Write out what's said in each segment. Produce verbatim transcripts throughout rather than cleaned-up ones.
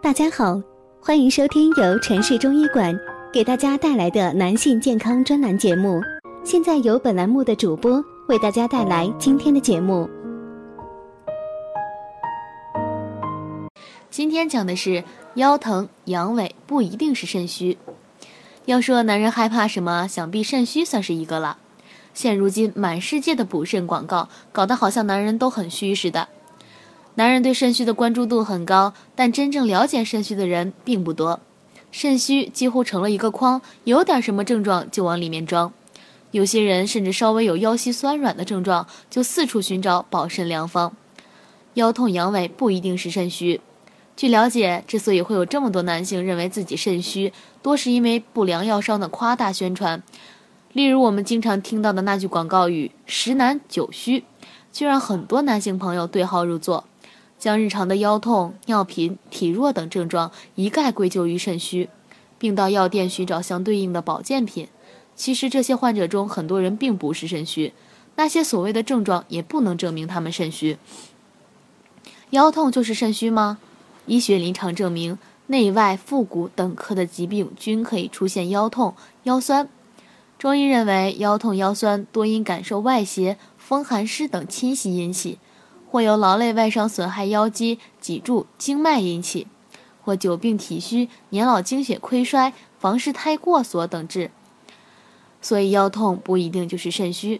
大家好，欢迎收听由城市中医馆给大家带来的男性健康专栏节目。现在由本栏目的主播为大家带来今天的节目。 今天讲的是腰疼、阳痿不一定是肾虚。要说男人害怕什么，想必肾虚算是一个了。现如今满世界的补肾广告，搞得好像男人都很虚似的。男人对肾虚的关注度很高，但真正了解肾虚的人并不多。肾虚几乎成了一个筐，有点什么症状就往里面装。有些人甚至稍微有腰膝酸软的症状，就四处寻找保肾良方。腰痛、阳痿不一定是肾虚。据了解，之所以会有这么多男性认为自己肾虚，多是因为不良药商的夸大宣传。例如我们经常听到的那句广告语“十男九虚”，就让很多男性朋友对号入座，将日常的腰痛、尿频、体弱等症状一概归咎于肾虚，并到药店寻找相对应的保健品。其实这些患者中很多人并不是肾虚，那些所谓的症状也不能证明他们肾虚。腰痛就是肾虚吗？医学临床证明，内外腹股等科的疾病均可以出现腰痛、腰酸。中医认为，腰痛、腰酸多因感受外邪、风寒湿等侵袭引起，或由劳累外伤损害腰肌、脊柱、经脉引起，或久病体虚、年老精血亏衰、房事太过所等致。所以腰痛不一定就是肾虚。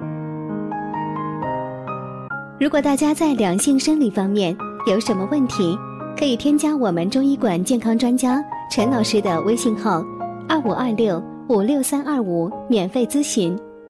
如果大家在两性生理方面有什么问题，可以添加我们中医馆健康专家陈老师的微信号二五二六五六三二五免费咨询。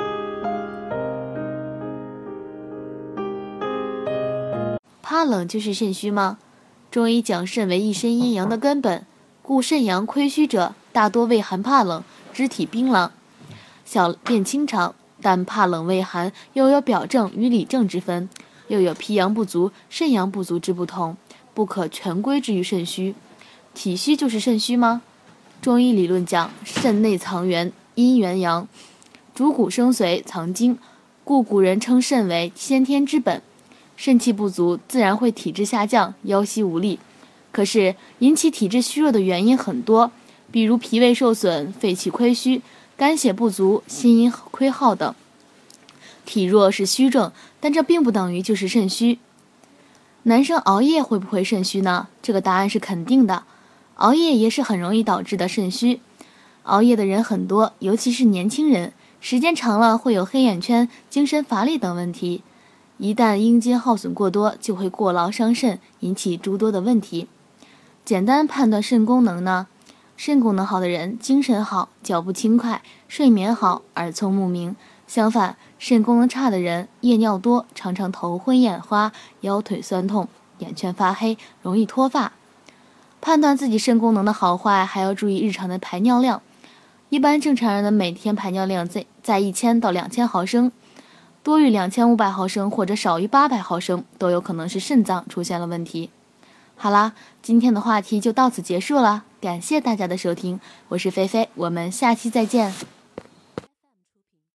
怕冷就是肾虚吗？中医讲肾为一身阴阳的根本，故肾阳亏虚者大多畏寒怕冷，肢体冰冷，小便清长，但怕冷畏寒又有表证与里证之分，又有脾阳不足、肾阳不足之不同，不可全归之于肾虚。体虚就是肾虚吗？中医理论讲，肾内藏元，阴元阳，主骨生髓藏精，故古人称肾为先天之本。肾气不足，自然会体质下降，腰膝无力。可是引起体质虚弱的原因很多，比如脾胃受损、肺气亏虚、肝血不足、心阴亏耗等。体弱是虚症，但这并不等于就是肾虚。男生熬夜会不会肾虚呢？这个答案是肯定的，熬夜也是很容易导致的肾虚。熬夜的人很多，尤其是年轻人，时间长了会有黑眼圈、精神乏力等问题。一旦阴精耗损过多，就会过劳伤肾，引起诸多的问题。简单判断肾功能呢，肾功能好的人精神好，脚步轻快，睡眠好，耳聪目明。相反，肾功能差的人夜尿多，常常头昏眼花，腰腿酸痛，眼圈发黑，容易脱发。判断自己肾功能的好坏，还要注意日常的排尿量。一般正常人的每天排尿量在在一千到两千毫升。多于两千五百毫升或者少于八百毫升，都有可能是肾脏出现了问题。好啦，今天的话题就到此结束了，感谢大家的收听，我是菲菲，我们下期再见。